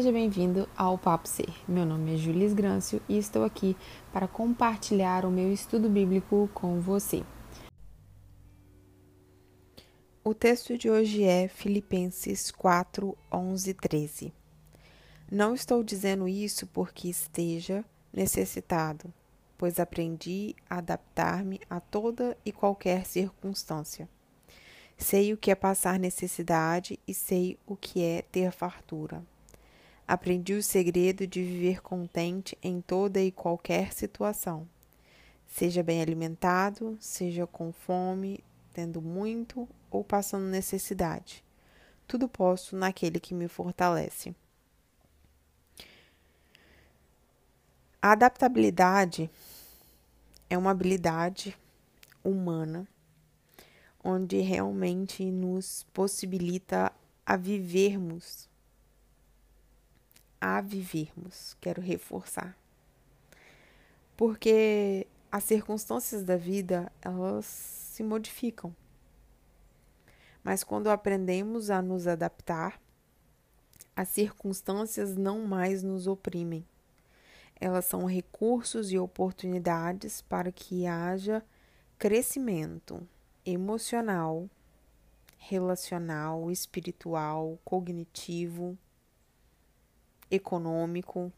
Seja bem-vindo ao Papo Ser. Meu nome é Julis Grâncio e estou aqui para compartilhar o meu estudo bíblico com você. O texto de hoje é Filipenses 4, 11 e 13. Não estou dizendo isso porque esteja necessitado, pois aprendi a adaptar-me a toda e qualquer circunstância. Sei o que é passar necessidade e sei o que é ter fartura. Aprendi o segredo de viver contente em toda e qualquer situação. Seja bem alimentado, seja com fome, tendo muito ou passando necessidade. Tudo posso naquele que me fortalece. A adaptabilidade é uma habilidade humana onde realmente nos possibilita a vivermos. Quero reforçar. Porque as circunstâncias da vida, elas se modificam. Mas quando aprendemos a nos adaptar, as circunstâncias não mais nos oprimem. Elas são recursos e oportunidades para que haja crescimento emocional, relacional, espiritual, cognitivo, econômico.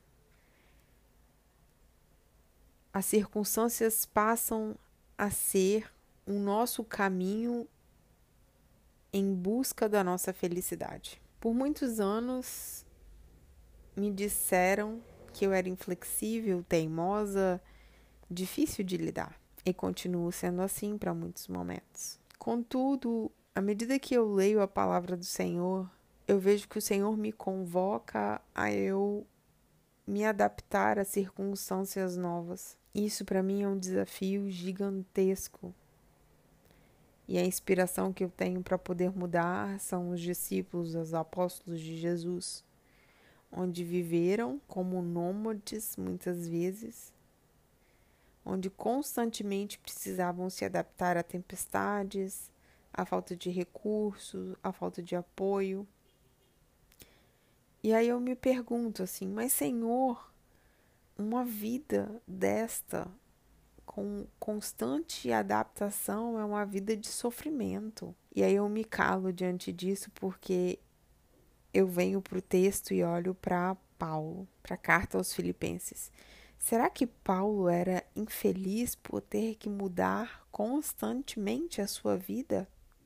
As circunstâncias passam a ser o nosso caminho em busca da nossa felicidade. Por muitos anos me disseram que eu era inflexível, teimosa, difícil de lidar. E continuo sendo assim para muitos momentos. Contudo, à medida que eu leio a palavra do Senhor, eu vejo que o Senhor me convoca a eu me adaptar a circunstâncias novas. Isso para mim é um desafio gigantesco. E a inspiração que eu tenho para poder mudar são os discípulos, os apóstolos de Jesus, onde viveram como nômades muitas vezes, onde constantemente precisavam se adaptar a tempestades, a falta de recursos, a falta de apoio. E aí eu me pergunto assim, mas Senhor, uma vida desta, com constante adaptação, é uma vida de sofrimento. E aí eu me calo diante disso porque eu venho para o texto e olho para Paulo, para a carta aos Filipenses. Será que Paulo era infeliz por ter que mudar constantemente a sua vida?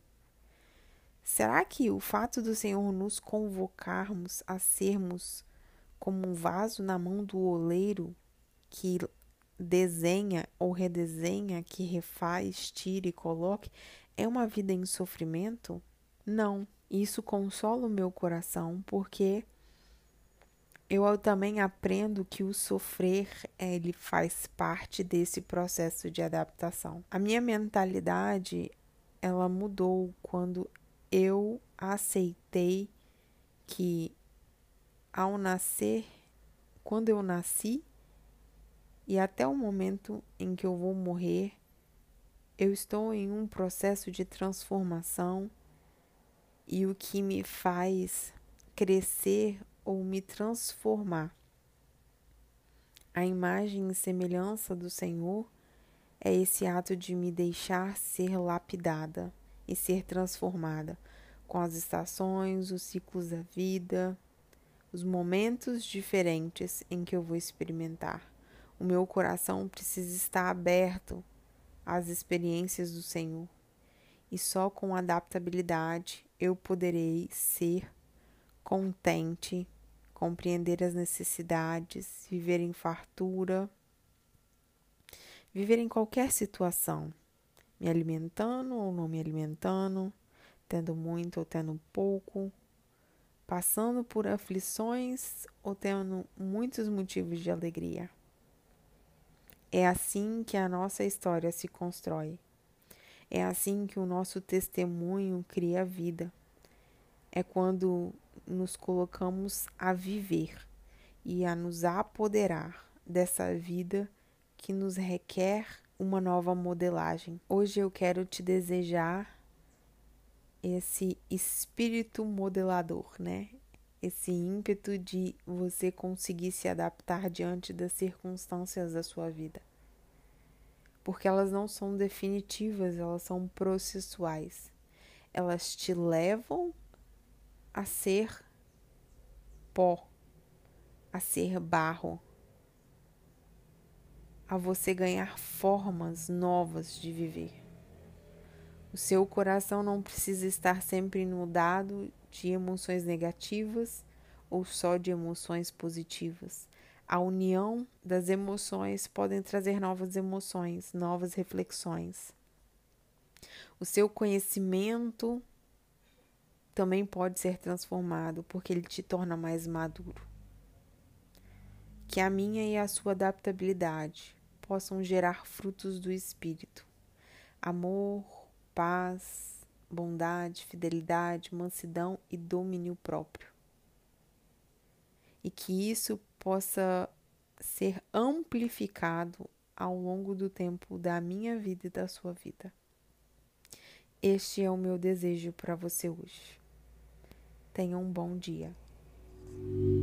Será que o fato do Senhor nos convocarmos a sermos como um vaso na mão do oleiro que desenha ou redesenha, que refaz, tira e coloque, é uma vida em sofrimento? Não. Isso consola o meu coração, porque eu também aprendo que o sofrer, ele faz parte desse processo de adaptação. A minha mentalidade, ela mudou quando eu aceitei que ao nascer, quando eu nasci e até o momento em que eu vou morrer, eu estou em um processo de transformação e o que me faz crescer ou me transformar. A imagem e semelhança do Senhor é esse ato de me deixar ser lapidada e ser transformada com as estações, os ciclos da vida, os momentos diferentes em que eu vou experimentar. O meu coração precisa estar aberto às experiências do Senhor. E só com adaptabilidade eu poderei ser contente, compreender as necessidades, viver em fartura, viver em qualquer situação, me alimentando ou não me alimentando, tendo muito ou tendo pouco, passando por aflições ou tendo muitos motivos de alegria. É assim que a nossa história se constrói. É assim que o nosso testemunho cria vida. É quando nos colocamos a viver e a nos apoderar dessa vida que nos requer uma nova modelagem. Hoje eu quero te desejar esse espírito modelador, né? esse ímpeto de você conseguir se adaptar diante das circunstâncias da sua vida. Porque elas não são definitivas, elas são processuais. Elas te levam a ser pó, a ser barro, a você ganhar formas novas de viver. O seu coração não precisa estar sempre inundado de emoções negativas ou só de emoções positivas. A união das emoções pode trazer novas emoções, novas reflexões. O seu conhecimento também pode ser transformado, porque ele te torna mais maduro. Que a minha e a sua adaptabilidade possam gerar frutos do Espírito. Amor, paz, bondade, fidelidade, mansidão e domínio próprio. E que isso possa ser amplificado ao longo do tempo da minha vida e da sua vida. Este é o meu desejo para você hoje. Tenha um bom dia.